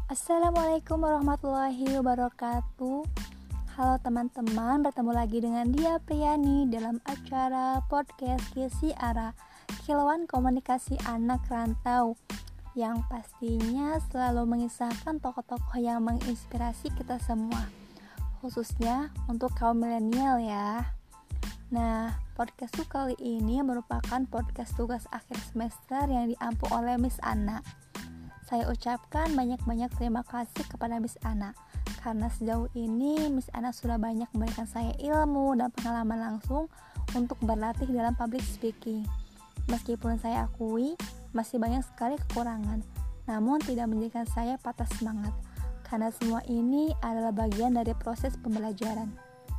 Assalamualaikum warahmatullahi wabarakatuh. Halo teman-teman, bertemu lagi dengan Dia Priyani dalam acara podcast Kisi Ara, Kilauan Komunikasi Anak Rantau, yang pastinya selalu mengisahkan tokoh-tokoh yang menginspirasi kita semua, khususnya untuk kaum milenial ya. Nah, podcast kali ini merupakan podcast tugas akhir semester yang diampu oleh Miss Ana. Saya ucapkan banyak-banyak terima kasih kepada Miss Ana, karena sejauh ini Miss Ana sudah banyak memberikan saya ilmu dan pengalaman langsung untuk berlatih dalam public speaking. Meskipun saya akui masih banyak sekali kekurangan, namun tidak menjadikan saya patah semangat, karena semua ini adalah bagian dari proses pembelajaran.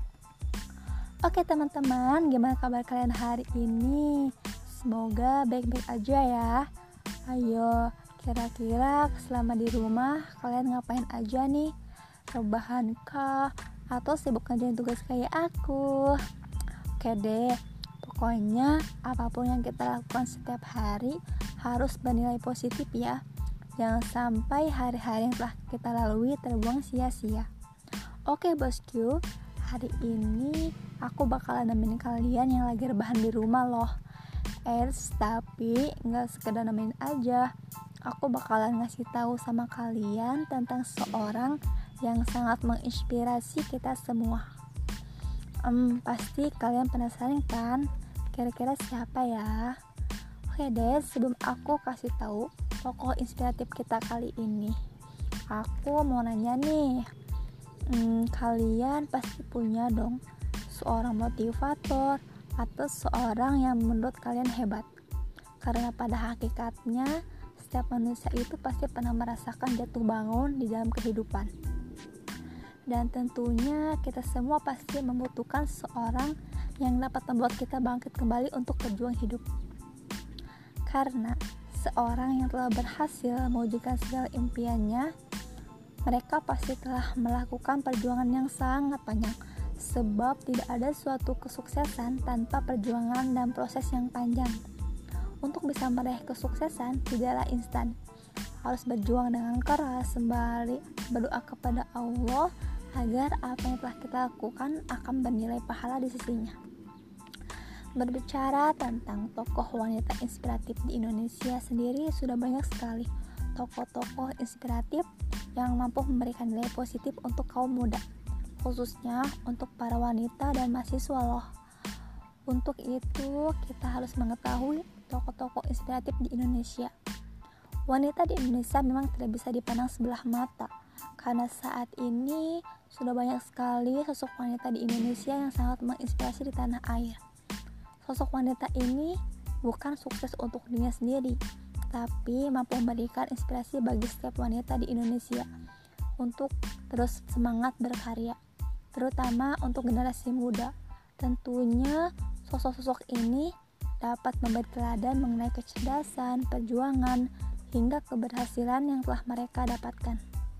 Oke teman-teman, gimana kabar kalian hari ini? Semoga baik-baik aja ya. Ayo, kira-kira selama di rumah kalian ngapain aja nih? Rebahan kah? Atau sibuk ngerjain tugas kayak aku? Oke deh, pokoknya apapun yang kita lakukan setiap hari harus bernilai positif ya. Jangan sampai hari-hari yang telah kita lalui terbuang sia-sia. Oke bosku, hari ini aku bakalan nemenin kalian yang lagi rebahan di rumah loh. Tapi gak sekedar nemenin aja, aku bakalan ngasih tahu sama kalian tentang seorang yang sangat menginspirasi kita semua. Pasti kalian penasaran kan? Kira-kira siapa ya? Oke deh, sebelum aku kasih tahu tokoh inspiratif kita kali ini, aku mau nanya nih. Kalian pasti punya dong seorang motivator atau seorang yang menurut kalian hebat. Karena pada hakikatnya setiap manusia itu pasti pernah merasakan jatuh bangun di dalam kehidupan. Dan tentunya kita semua pasti membutuhkan seorang yang dapat membuat kita bangkit kembali untuk berjuang hidup. Karena seorang yang telah berhasil mewujudkan segala impiannya, mereka pasti telah melakukan perjuangan yang sangat panjang. Sebab tidak ada suatu kesuksesan tanpa perjuangan dan proses yang panjang. Untuk bisa meraih kesuksesan tidaklah instan. Harus berjuang dengan keras, sembari berdoa kepada Allah agar apa yang telah kita lakukan akan bernilai pahala di sisinya. Berbicara tentang tokoh wanita inspiratif di Indonesia sendiri, sudah banyak sekali tokoh-tokoh inspiratif yang mampu memberikan nilai positif untuk kaum muda, khususnya untuk para wanita dan mahasiswa loh. Untuk itu kita harus mengetahui tokoh-tokoh inspiratif di Indonesia. Wanita di Indonesia memang tidak bisa dipandang sebelah mata, karena saat ini sudah banyak sekali sosok wanita di Indonesia yang sangat menginspirasi di tanah air. Sosok wanita ini bukan sukses untuk dirinya sendiri, tapi mampu memberikan inspirasi bagi setiap wanita di Indonesia untuk terus semangat berkarya, terutama untuk generasi muda. Tentunya sosok-sosok ini dapat memberi teladan mengenai kecerdasan, perjuangan, hingga keberhasilan yang telah mereka dapatkan.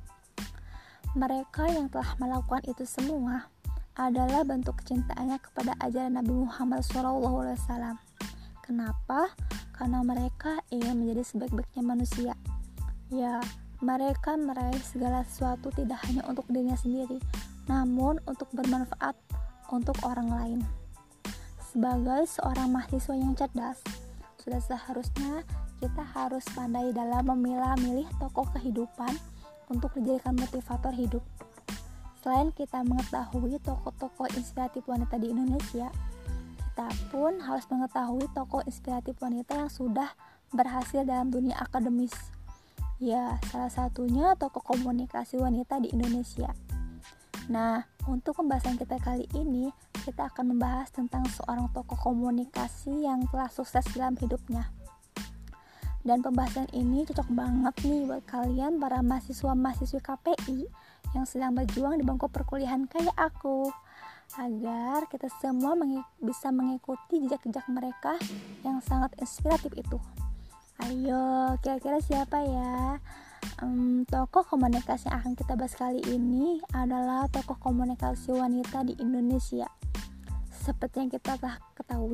Mereka yang telah melakukan itu semua adalah bentuk kecintaannya kepada ajaran Nabi Muhammad SAW. Kenapa? Karena mereka ingin menjadi sebaik-baiknya manusia. Ya, mereka meraih segala sesuatu tidak hanya untuk dirinya sendiri, namun untuk bermanfaat untuk orang lain. Sebagai seorang mahasiswa yang cerdas, sudah seharusnya kita harus pandai dalam memilah-milih tokoh kehidupan untuk dijadikan motivator hidup. Selain kita mengetahui tokoh-tokoh inspiratif wanita di Indonesia, kita pun harus mengetahui tokoh inspiratif wanita yang sudah berhasil dalam dunia akademis. Ya, salah satunya tokoh komunikasi wanita di Indonesia. Nah, untuk pembahasan kita kali ini, kita akan membahas tentang seorang tokoh komunikasi yang telah sukses dalam hidupnya. Dan pembahasan ini cocok banget nih buat kalian para mahasiswa-mahasiswi KPI yang sedang berjuang di bangku perkuliahan kayak aku, agar kita semua bisa mengikuti jejak-jejak mereka yang sangat inspiratif itu. Ayo, kira-kira siapa ya? Tokoh komunikasi yang akan kita bahas kali ini adalah tokoh komunikasi wanita di Indonesia. Seperti yang kita telah ketahui,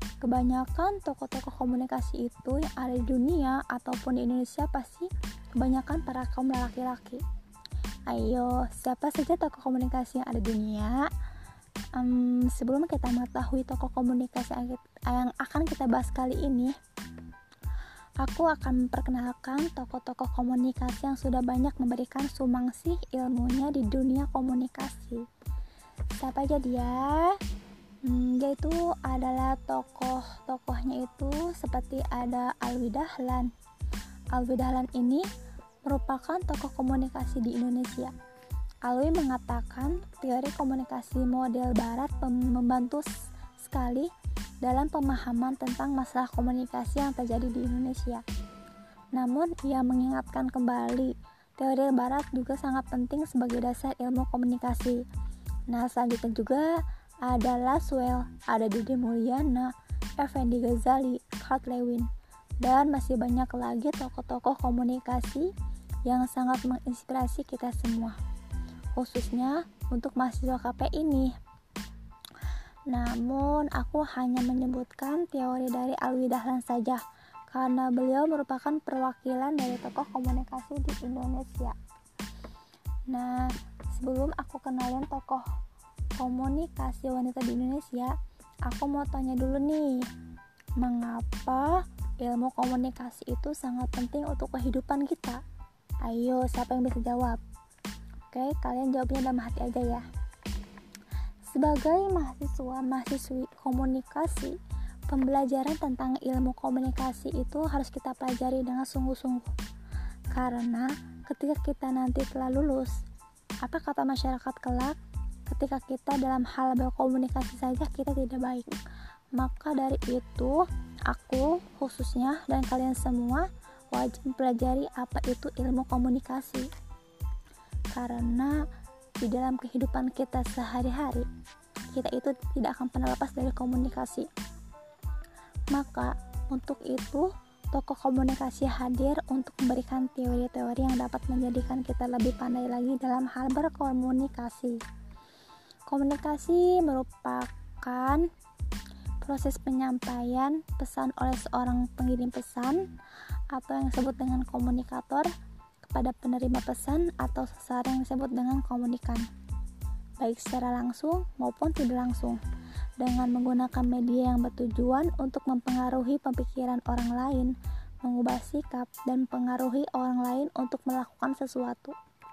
Kebanyakan tokoh-tokoh komunikasi itu yang ada di dunia ataupun di Indonesia pasti kebanyakan para kaum laki-laki. Ayo, siapa saja tokoh komunikasi yang ada di dunia? Sebelum kita mengetahui tokoh komunikasi yang akan kita bahas kali ini, aku akan memperkenalkan tokoh-tokoh komunikasi yang sudah banyak memberikan sumbangsi ilmunya di dunia komunikasi. Siapa aja dia? Dia itu adalah tokohnya itu seperti ada Alwi Dahlan. Alwi Dahlan ini merupakan tokoh komunikasi di Indonesia. Alwi mengatakan teori komunikasi model barat membantu sekali dalam pemahaman tentang masalah komunikasi yang terjadi di Indonesia. Namun, ia mengingatkan kembali teori barat juga sangat penting sebagai dasar ilmu komunikasi. Nah, selanjutnya juga ada Laswell, ada Deddy Mulyana, Effendi Ghazali, Kurt Lewin, dan masih banyak lagi tokoh-tokoh komunikasi yang sangat menginspirasi kita semua, khususnya untuk mahasiswa KP ini. Namun, aku hanya menyebutkan teori dari Alwi Dahlan saja, karena beliau merupakan perwakilan dari tokoh komunikasi di Indonesia. Nah, sebelum aku kenalin tokoh komunikasi wanita di Indonesia, aku mau tanya dulu nih, mengapa ilmu komunikasi itu sangat penting untuk kehidupan kita? Ayo, siapa yang bisa jawab? Oke, kalian jawabnya dalam hati aja ya. Sebagai mahasiswi komunikasi, pembelajaran tentang ilmu komunikasi itu harus kita pelajari dengan sungguh-sungguh. Karena ketika kita nanti telah lulus, apa kata masyarakat kelak? Ketika kita dalam hal berkomunikasi saja kita tidak baik. Maka dari itu, aku khususnya dan kalian semua wajib mempelajari apa itu ilmu komunikasi. Karena di dalam kehidupan kita sehari-hari, kita itu tidak akan pernah lepas dari komunikasi. Maka untuk itu, tokoh komunikasi hadir untuk memberikan teori-teori yang dapat menjadikan kita lebih pandai lagi dalam hal berkomunikasi. Komunikasi merupakan proses penyampaian pesan oleh seorang pengirim pesan atau yang disebut dengan komunikator kepada penerima pesan atau sasaran yang disebut dengan komunikan, baik secara langsung maupun tidak langsung, dengan menggunakan media yang bertujuan untuk mempengaruhi pemikiran orang lain, mengubah sikap, dan mempengaruhi orang lain untuk melakukan sesuatu.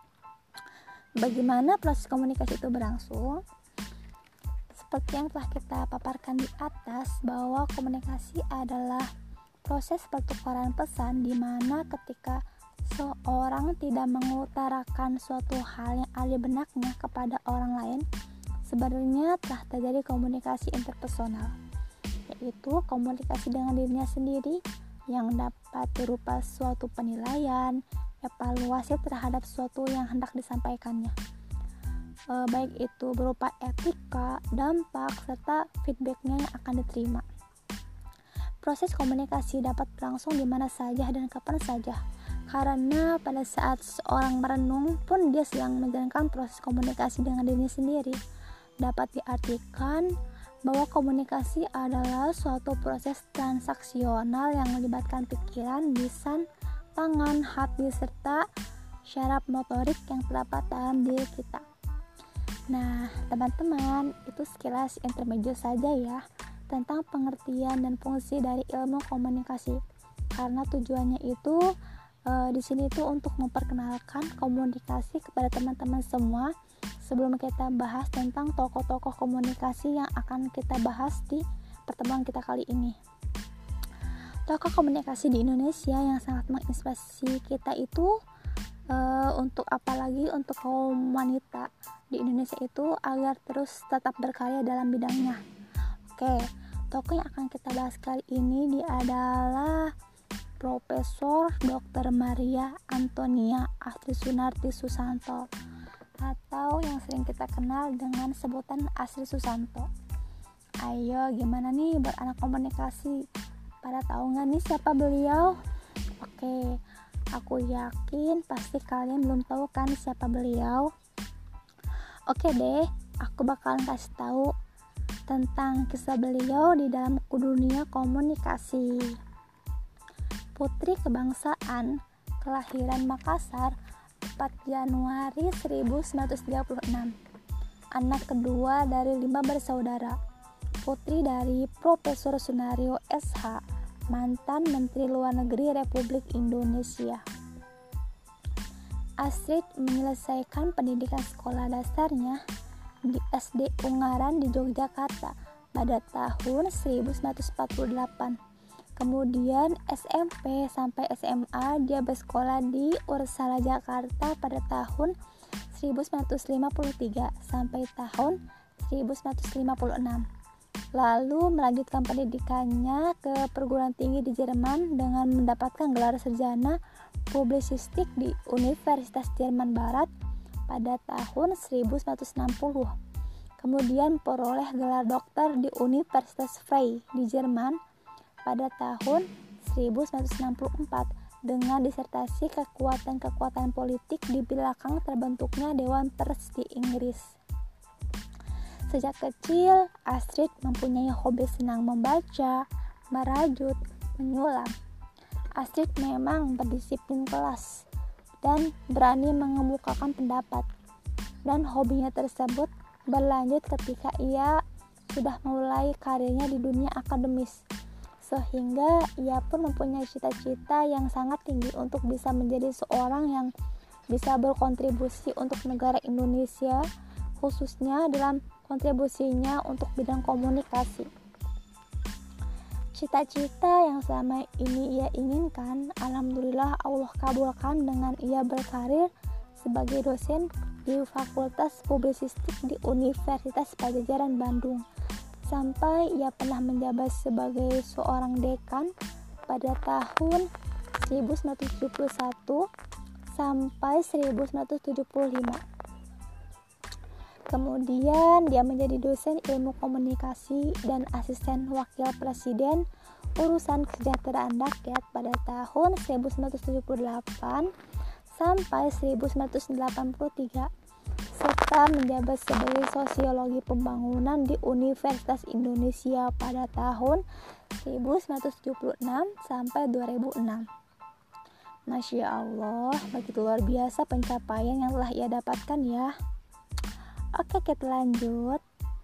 Bagaimana proses komunikasi itu berlangsung? Seperti yang telah kita paparkan di atas, bahwa komunikasi adalah proses pertukaran pesan di mana ketika seorang tidak mengutarakan suatu hal yang ada di benaknya kepada orang lain, sebenarnya telah terjadi komunikasi interpersonal, yaitu komunikasi dengan dirinya sendiri yang dapat berupa suatu penilaian, evaluasi terhadap sesuatu yang hendak disampaikannya, baik itu berupa etika, dampak, serta feedbacknya yang akan diterima. Proses komunikasi dapat berlangsung di mana saja dan kapan saja, karena pada saat seorang merenung pun dia sedang menjalankan proses komunikasi dengan dirinya sendiri. Dapat diartikan bahwa komunikasi adalah suatu proses transaksional yang melibatkan pikiran, lisan, tangan, hati, serta syaraf motorik yang terdapat dalam diri kita. Nah, teman-teman, itu sekilas intermezzo saja ya tentang pengertian dan fungsi dari ilmu komunikasi. Karena tujuannya itu di sini itu untuk memperkenalkan komunikasi kepada teman-teman semua sebelum kita bahas tentang tokoh-tokoh komunikasi yang akan kita bahas di pertemuan kita kali ini. Tokoh komunikasi di Indonesia yang sangat menginspirasi kita itu untuk apalagi untuk kaum wanita di Indonesia itu agar terus tetap berkarya dalam bidangnya. Oke, tokoh yang akan kita bahas kali ini dia adalah Profesor Dr. Maria Antonia Astri Sunarti Susanto, atau yang sering kita kenal dengan sebutan Astri Susanto. Ayo, gimana nih buat anak komunikasi? Pada tahu nggak nih siapa beliau? Oke, aku yakin pasti kalian belum tahu kan siapa beliau. Oke deh, aku bakalan kasih tahu. tentang kisah beliau di dalam dunia komunikasi. Putri kebangsaan, kelahiran Makassar 4 Januari 1936. Anak kedua dari 5 bersaudara. Putri dari Profesor Sunario SH, mantan Menteri Luar Negeri Republik Indonesia. Astrid menyelesaikan pendidikan sekolah dasarnya di SD Ungaran di Yogyakarta pada tahun 1948. Kemudian SMP sampai SMA dia bersekolah di Ursala Jakarta pada tahun 1953 sampai tahun 1956. Lalu melanjutkan pendidikannya ke perguruan tinggi di Jerman dengan mendapatkan gelar sarjana publisistik di Universitas Jerman Barat pada tahun 1960. Kemudian peroleh gelar doktor di Universitas Freie di Jerman pada tahun 1964 dengan disertasi kekuatan-kekuatan politik di belakang terbentuknya Dewan Pers di Inggris. Sejak kecil, Astrid mempunyai hobi senang membaca, merajut, menyulam. Astrid memang berdisiplin kelas dan berani mengemukakan pendapat, dan hobinya tersebut berlanjut ketika ia sudah mulai karirnya di dunia akademis, sehingga ia pun mempunyai cita-cita yang sangat tinggi untuk bisa menjadi seorang yang bisa berkontribusi untuk negara Indonesia, khususnya dalam kontribusinya untuk bidang komunikasi. Cita-cita yang selama ini ia inginkan, alhamdulillah Allah kabulkan dengan ia berkarir sebagai dosen di Fakultas Publisistik di Universitas Padjadjaran Bandung, sampai ia pernah menjabat sebagai seorang dekan pada tahun 1971 sampai 1975. Kemudian dia menjadi dosen ilmu komunikasi dan asisten wakil presiden urusan kesejahteraan rakyat pada tahun 1978 sampai 1983, serta menjabat sebagai sosiologi pembangunan di Universitas Indonesia pada tahun 1976 sampai 2006. Masya Allah, begitu luar biasa pencapaian yang telah ia dapatkan ya. Oke, kita lanjut.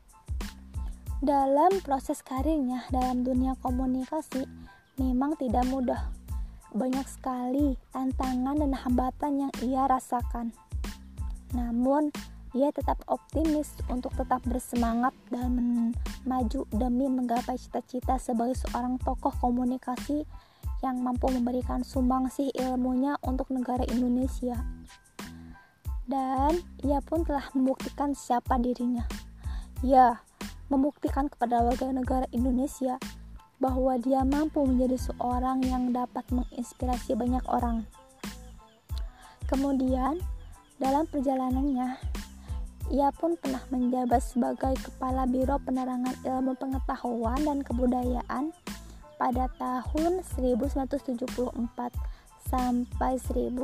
Dalam proses karirnya dalam dunia komunikasi memang tidak mudah. Banyak sekali tantangan dan hambatan yang ia rasakan. Namun, ia tetap optimis untuk tetap bersemangat dan maju demi menggapai cita-cita sebagai seorang tokoh komunikasi yang mampu memberikan sumbangsih ilmunya untuk negara Indonesia. Dan ia pun telah membuktikan siapa dirinya. Ya, membuktikan kepada warga negara Indonesia bahwa dia mampu menjadi seorang yang dapat menginspirasi banyak orang. Kemudian, dalam perjalanannya, ia pun pernah menjabat sebagai Kepala Biro Penerangan Ilmu Pengetahuan dan Kebudayaan pada tahun 1974 sampai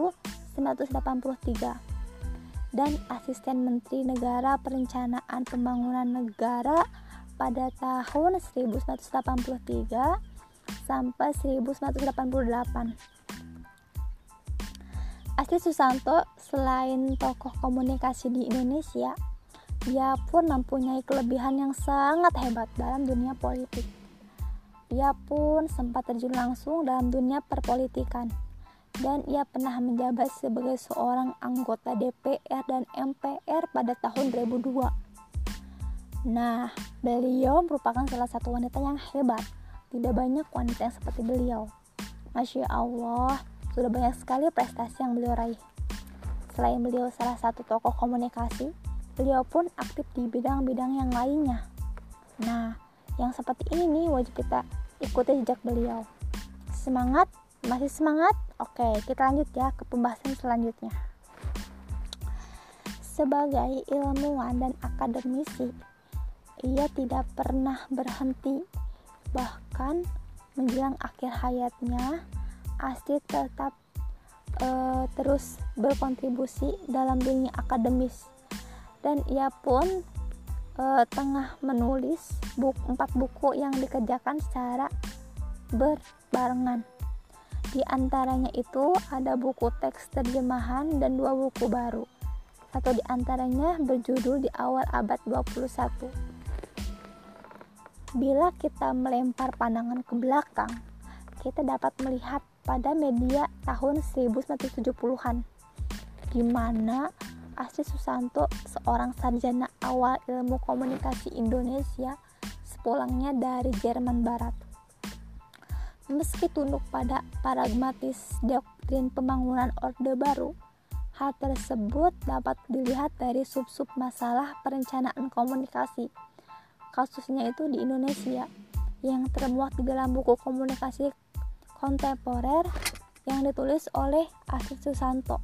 1983. Dan asisten Menteri Negara Perencanaan Pembangunan Negara pada tahun 1983 sampai 1988. Astrid Susanto selain tokoh komunikasi di Indonesia, ia pun mempunyai kelebihan yang sangat hebat dalam dunia politik. Ia pun sempat terjun langsung dalam dunia perpolitikan, dan ia pernah menjabat sebagai seorang anggota DPR dan MPR pada tahun 2002. Nah, beliau merupakan salah satu wanita yang hebat. Tidak banyak wanita yang seperti beliau. Masya Allah, sudah banyak sekali prestasi yang beliau raih. Selain beliau salah satu tokoh komunikasi, beliau pun aktif di bidang-bidang yang lainnya. Nah, yang seperti ini nih wajib kita ikuti jejak beliau. Semangat! Masih semangat? Oke, kita lanjut ya ke pembahasan selanjutnya. Sebagai ilmuwan dan akademisi, ia tidak pernah berhenti. Bahkan menjelang akhir hayatnya, Astrid tetap terus berkontribusi dalam dunia akademis. Dan ia pun tengah menulis 4 buku yang dikerjakan secara berbarengan. Di antaranya itu ada buku teks terjemahan dan 2 buku baru. Satu di antaranya berjudul Di Awal Abad 21. Bila kita melempar pandangan ke belakang, kita dapat melihat pada media tahun 1970-an, di mana Astrid Susanto, seorang sarjana awal ilmu komunikasi Indonesia, sepulangnya dari Jerman Barat. Meski tunduk pada pragmatis doktrin pembangunan Orde Baru, hal tersebut dapat dilihat dari sub-sub masalah perencanaan komunikasi, kasusnya itu di Indonesia, yang termuat di dalam buku komunikasi kontemporer yang ditulis oleh Astrid Susanto.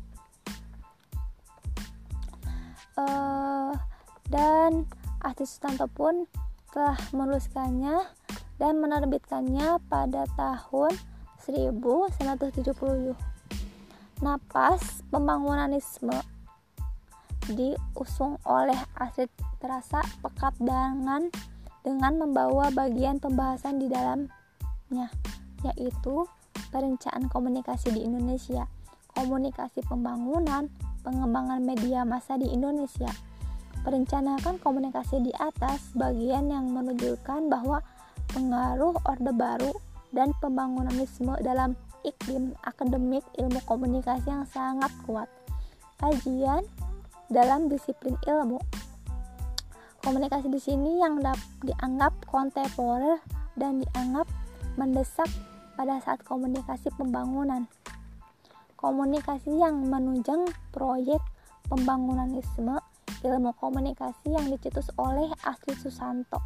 Dan Astrid Susanto pun telah menuliskannya dan menerbitkannya pada tahun 1970. Napas pembangunanisme diusung oleh Astrid terasa pekat dengan membawa bagian pembahasan di dalamnya, yaitu perencanaan komunikasi di Indonesia, komunikasi pembangunan, pengembangan media massa di Indonesia. Perencanaan komunikasi di atas bagian yang menunjukkan bahwa pengaruh Orde Baru dan pembangunanisme dalam iklim akademik ilmu komunikasi yang sangat kuat. Kajian dalam disiplin ilmu komunikasi di sini yang dianggap kontemporer dan dianggap mendesak pada saat komunikasi pembangunan. Komunikasi yang menunjang proyek pembangunanisme ilmu komunikasi yang dicetus oleh Astrid Susanto.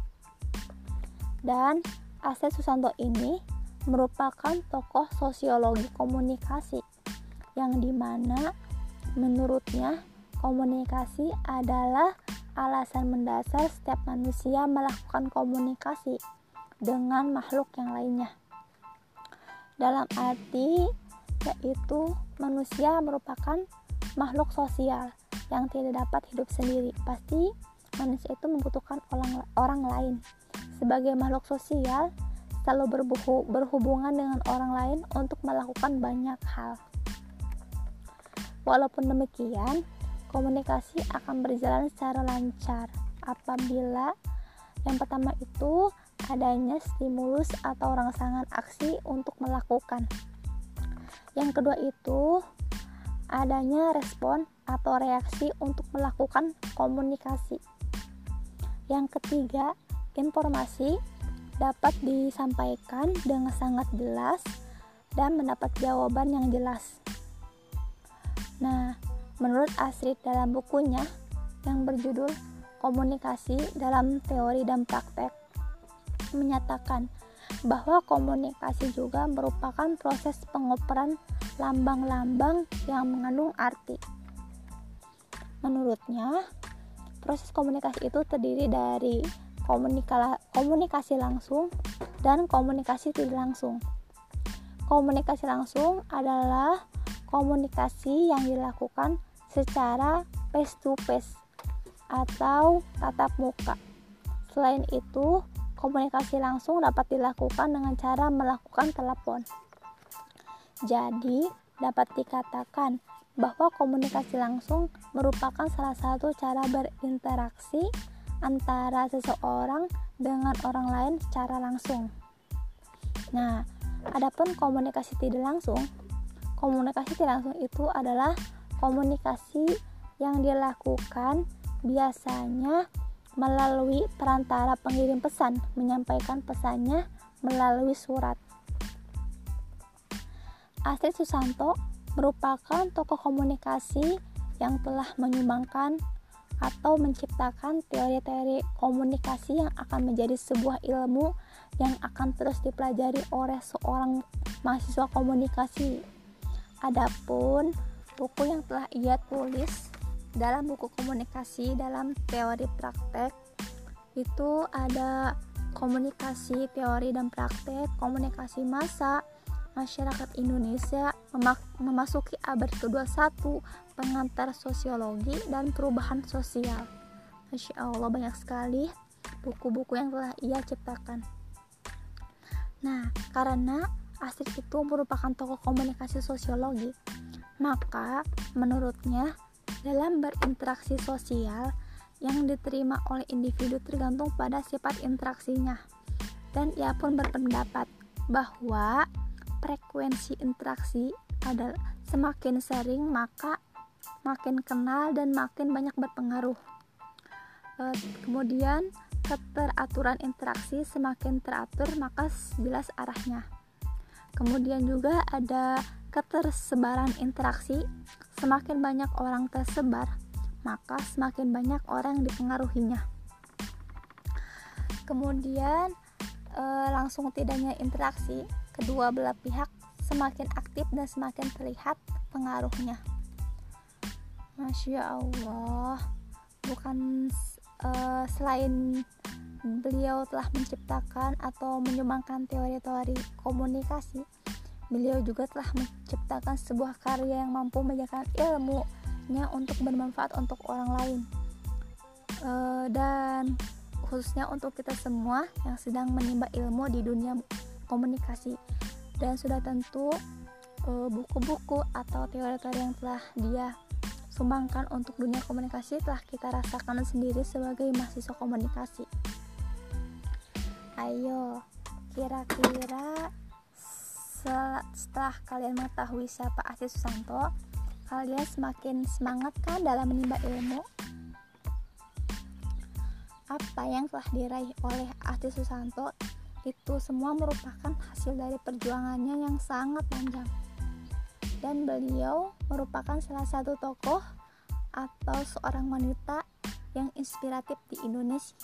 Dan Astrid Susanto ini merupakan tokoh sosiologi komunikasi yang dimana menurutnya komunikasi adalah alasan mendasar setiap manusia melakukan komunikasi dengan makhluk yang lainnya. Dalam arti yaitu manusia merupakan makhluk sosial yang tidak dapat hidup sendiri. Pasti manusia itu membutuhkan orang lain. Sebagai makhluk sosial, selalu berhubungan dengan orang lain untuk melakukan banyak hal. Walaupun demikian, komunikasi akan berjalan secara lancar apabila yang pertama itu adanya stimulus atau rangsangan aksi untuk melakukan. Yang kedua itu adanya respon atau reaksi untuk melakukan komunikasi. Yang ketiga, informasi dapat disampaikan dengan sangat jelas dan mendapat jawaban yang jelas. Nah, menurut Astrid dalam bukunya yang berjudul Komunikasi dalam Teori dan Praktek menyatakan bahwa komunikasi juga merupakan proses pengoperan lambang-lambang yang mengandung arti. Menurutnya, proses komunikasi itu terdiri dari komunikasi langsung dan komunikasi tidak langsung. Komunikasi langsung adalah komunikasi yang dilakukan secara face to face atau tatap muka. Selain itu, komunikasi langsung dapat dilakukan dengan cara melakukan telepon. Jadi, dapat dikatakan bahwa komunikasi langsung merupakan salah satu cara berinteraksi antara seseorang dengan orang lain secara langsung. Nah, adapun komunikasi tidak langsung itu adalah komunikasi yang dilakukan biasanya melalui perantara pengirim pesan, menyampaikan pesannya melalui surat. Astrid Susanto merupakan tokoh komunikasi yang telah menyumbangkan atau menciptakan teori-teori komunikasi yang akan menjadi sebuah ilmu yang akan terus dipelajari oleh seorang mahasiswa komunikasi. Adapun buku yang telah ia tulis dalam buku komunikasi dalam teori praktek itu ada komunikasi teori dan praktek komunikasi massa masyarakat Indonesia memasuki abad ke-21, pengantar sosiologi dan perubahan sosial. Masya Allah, banyak sekali buku-buku yang telah ia ciptakan. Nah, karena Astrid itu merupakan tokoh komunikasi sosiologi, maka menurutnya dalam berinteraksi sosial yang diterima oleh individu tergantung pada sifat interaksinya. Dan ia pun berpendapat bahwa frekuensi interaksi adalah semakin sering maka makin kenal dan makin banyak berpengaruh. Kemudian keteraturan interaksi, semakin teratur maka jelas arahnya. Kemudian juga ada ketersebaran interaksi, semakin banyak orang tersebar maka semakin banyak orang dipengaruhinya. Kemudian langsung tidaknya interaksi, kedua belah pihak semakin aktif dan semakin terlihat pengaruhnya. Masya Allah, bukan selain beliau telah menciptakan atau menyumbangkan teori-teori komunikasi, beliau juga telah menciptakan sebuah karya yang mampu menjadikan ilmunya untuk bermanfaat untuk orang lain, dan khususnya untuk kita semua yang sedang menimba ilmu di dunia komunikasi. Dan sudah tentu buku-buku atau teori-teori yang telah dia sumbangkan untuk dunia komunikasi telah kita rasakan sendiri sebagai mahasiswa komunikasi. Ayo, kira-kira setelah kalian mengetahui siapa Astrid Susanto, kalian semakin semangat kan dalam menimba ilmu? Apa yang telah diraih oleh Astrid Susanto itu semua merupakan hasil dari perjuangannya yang sangat panjang. Dan beliau merupakan salah satu tokoh atau seorang wanita yang inspiratif di Indonesia.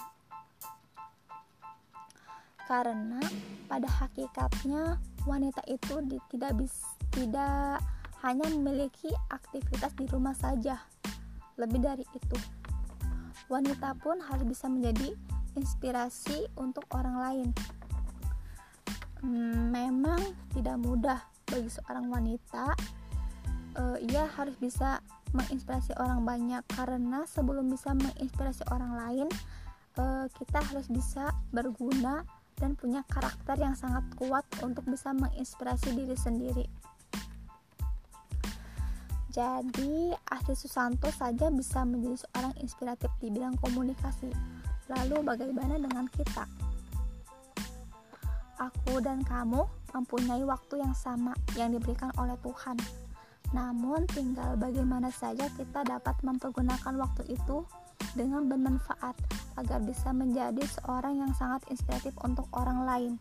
Karena pada hakikatnya wanita itu tidak hanya memiliki aktivitas di rumah saja. Lebih dari itu, wanita pun harus bisa menjadi inspirasi untuk orang lain. Memang tidak mudah bagi seorang wanita, ia harus bisa menginspirasi orang banyak, karena sebelum bisa menginspirasi orang lain, kita harus bisa berguna dan punya karakter yang sangat kuat untuk bisa menginspirasi diri sendiri. Jadi Astrid Susanto saja bisa menjadi seorang inspiratif di bidang komunikasi. Lalu bagaimana dengan kita? Aku dan kamu mempunyai waktu yang sama yang diberikan oleh Tuhan. Namun tinggal bagaimana saja kita dapat mempergunakan waktu itu dengan bermanfaat agar bisa menjadi seorang yang sangat inspiratif untuk orang lain.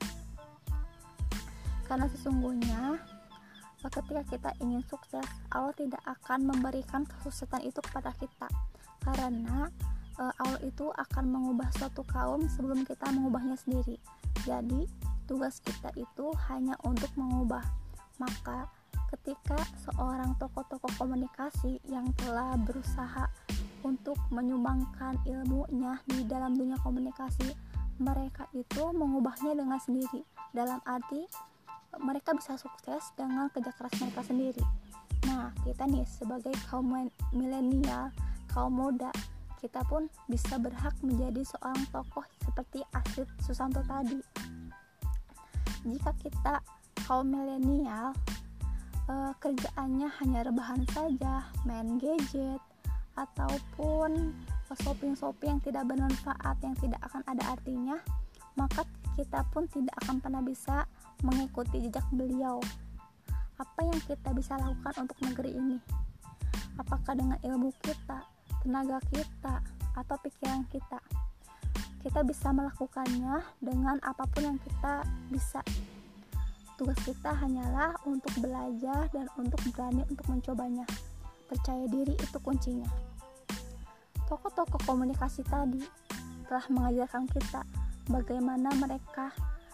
Karena sesungguhnya ketika kita ingin sukses, Allah tidak akan memberikan kesuksesan itu kepada kita, karena Allah itu akan mengubah suatu kaum sebelum kita mengubahnya sendiri. Jadi tugas kita itu hanya untuk mengubah. Maka ketika seorang tokoh-tokoh komunikasi yang telah berusaha untuk menyumbangkan ilmunya di dalam dunia komunikasi, mereka itu mengubahnya dengan sendiri, dalam arti mereka bisa sukses dengan kerja keras mereka sendiri. Nah, kita nih sebagai kaum milenial, kaum muda, kita pun bisa berhak menjadi seorang tokoh seperti Astrid Susanto tadi. Jika kita kaum milenial, kerjaannya hanya rebahan saja, main gadget, ataupun shopping-shopping yang tidak bermanfaat, yang tidak akan ada artinya, maka kita pun tidak akan pernah bisa mengikuti jejak beliau. Apa yang kita bisa lakukan untuk negeri ini? Apakah dengan ilmu kita, tenaga kita, atau pikiran kita? Kita bisa melakukannya dengan apapun yang kita bisa. Tugas kita hanyalah untuk belajar dan untuk berani untuk mencobanya. Percaya diri itu kuncinya. Tokoh-tokoh komunikasi tadi telah mengajarkan kita bagaimana mereka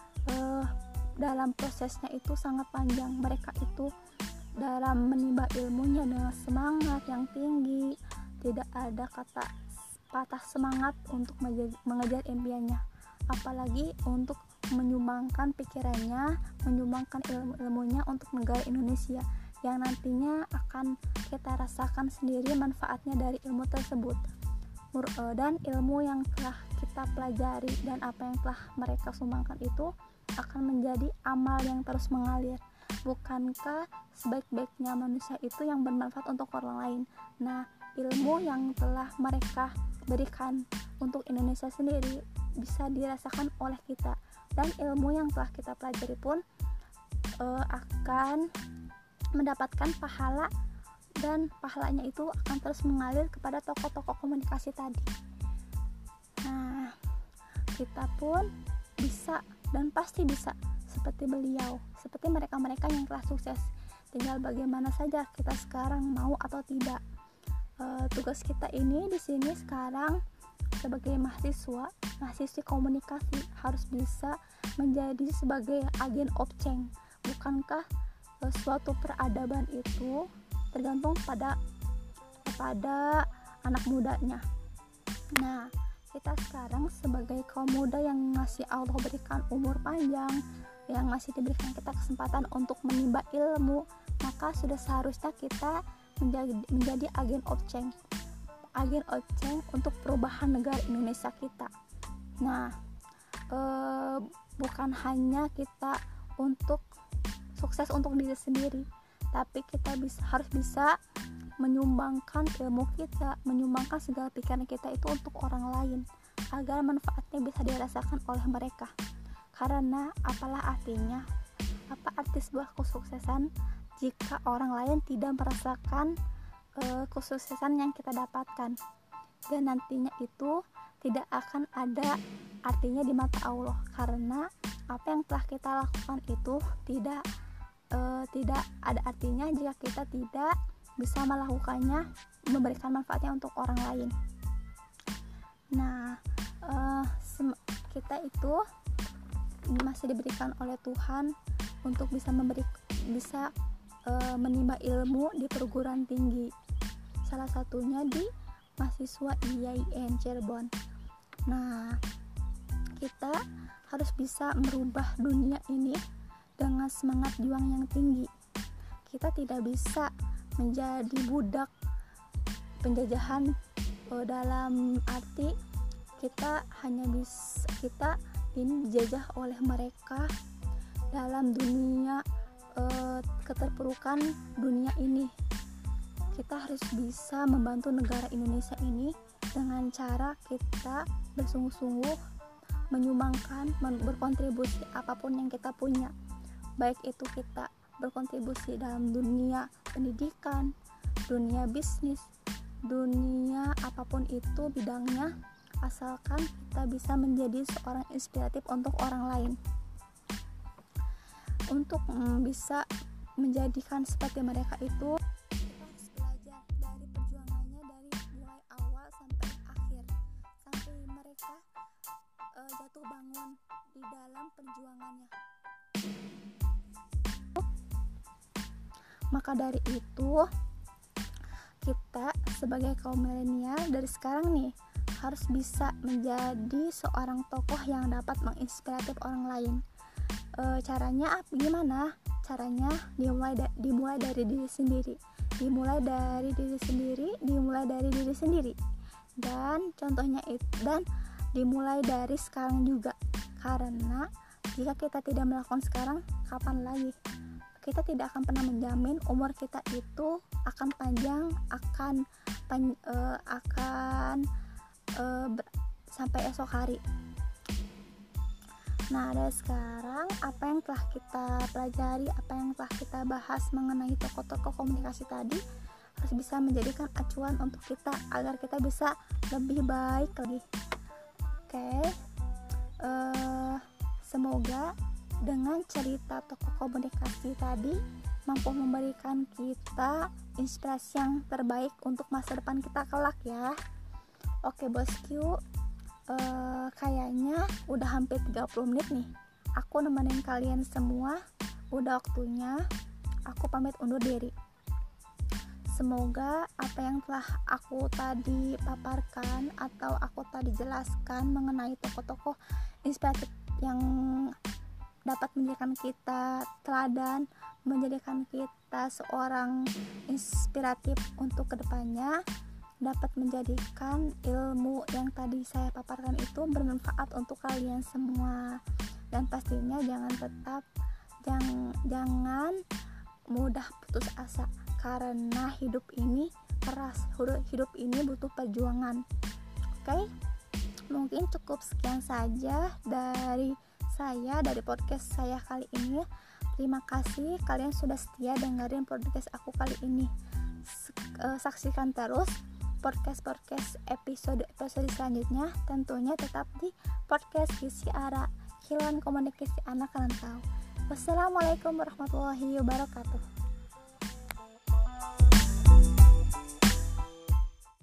dalam prosesnya itu sangat panjang. Mereka itu dalam menimba ilmunya dengan semangat yang tinggi, tidak ada kata patah semangat untuk mengejar impiannya, apalagi untuk menyumbangkan pikirannya, menyumbangkan ilmu-ilmunya untuk negara Indonesia yang nantinya akan kita rasakan sendiri manfaatnya dari ilmu tersebut. dan ilmu yang telah kita pelajari dan apa yang telah mereka sumbangkan itu akan menjadi amal yang terus mengalir. Bukankah sebaik-baiknya manusia itu yang bermanfaat untuk orang lain? Nah, ilmu yang telah mereka berikan untuk Indonesia sendiri bisa dirasakan oleh kita, dan ilmu yang telah kita pelajari pun akan mendapatkan pahala, dan pahalanya itu akan terus mengalir kepada tokoh-tokoh komunikasi tadi. Nah, kita pun bisa dan pasti bisa seperti beliau, seperti mereka-mereka yang telah sukses. Tinggal bagaimana saja kita sekarang mau atau tidak. Tugas kita ini di sini sekarang sebagai mahasiswi komunikasi harus bisa menjadi sebagai agen of change. Bukankah suatu peradaban itu tergantung pada anak mudanya. Nah, kita sekarang sebagai kaum muda yang masih Allah berikan umur panjang, yang masih diberikan kita kesempatan untuk menimba ilmu, maka sudah seharusnya kita menjadi agen of change untuk perubahan negara Indonesia kita. Nah, bukan hanya kita untuk sukses untuk diri sendiri, tapi kita harus bisa menyumbangkan ilmu kita, menyumbangkan segala pikiran kita itu untuk orang lain, agar manfaatnya bisa dirasakan oleh mereka. Karena apa arti sebuah kesuksesan jika orang lain tidak merasakan kesuksesan yang kita dapatkan, dan nantinya itu tidak akan ada artinya di mata Allah, karena apa yang telah kita lakukan itu tidak ada artinya jika kita tidak bisa melakukannya, memberikan manfaatnya untuk orang lain. Nah, kita itu masih diberikan oleh Tuhan untuk bisa menimba ilmu di perguruan tinggi, salah satunya di mahasiswa IAIN Cirebon. Nah, kita harus bisa merubah dunia ini dengan semangat juang yang tinggi. Kita tidak bisa menjadi budak penjajahan, dalam arti kita ini dijajah oleh mereka dalam dunia keterpurukan dunia ini. Kita harus bisa membantu negara Indonesia ini dengan cara kita bersungguh-sungguh menyumbangkan, berkontribusi apapun yang kita punya, baik itu kita berkontribusi dalam dunia pendidikan, dunia bisnis, dunia apapun itu bidangnya, asalkan kita bisa menjadi seorang inspiratif untuk orang lain, untuk bisa menjadikan seperti mereka itu. Kita harus belajar dari perjuangannya, dari mulai awal sampai akhir, sampai mereka jatuh bangun di dalam perjuangannya. Maka dari itu, kita sebagai kaum milenial dari sekarang nih harus bisa menjadi seorang tokoh yang dapat menginspiratif orang lain. Caranya gimana? Caranya dimulai dari diri sendiri. Dimulai dari diri sendiri. Dan contohnya dan dimulai dari sekarang juga. Karena jika kita tidak melakukan sekarang, kapan lagi? Kita tidak akan pernah menjamin umur kita itu akan panjang, sampai esok hari. Nah, dari sekarang apa yang telah kita pelajari, apa yang telah kita bahas mengenai tokoh-tokoh komunikasi tadi harus bisa menjadikan acuan untuk kita agar kita bisa lebih baik lagi. Oke. Semoga dengan cerita tokoh komunikasi tadi mampu memberikan kita inspirasi yang terbaik untuk masa depan kita kelak ya. Oke bosku, kayaknya udah hampir 30 menit nih aku nemenin kalian semua. Udah waktunya aku pamit undur diri. Semoga apa yang telah aku tadi paparkan atau aku tadi jelaskan mengenai tokoh-tokoh inspiratif yang dapat menjadikan kita teladan, menjadikan kita seorang inspiratif untuk kedepannya, dapat menjadikan ilmu yang tadi saya paparkan itu bermanfaat untuk kalian semua. Dan pastinya jangan mudah putus asa, karena hidup ini keras, hidup ini butuh perjuangan. Oke? Mungkin cukup sekian saja dari saya, dari podcast saya kali ini. Terima kasih kalian sudah setia dengerin podcast aku kali ini. Saksikan terus podcast episode selanjutnya, tentunya tetap di podcast Kisi Ara, Kilauan Komunikasi Anak Rantau. Wassalamualaikum warahmatullahi wabarakatuh.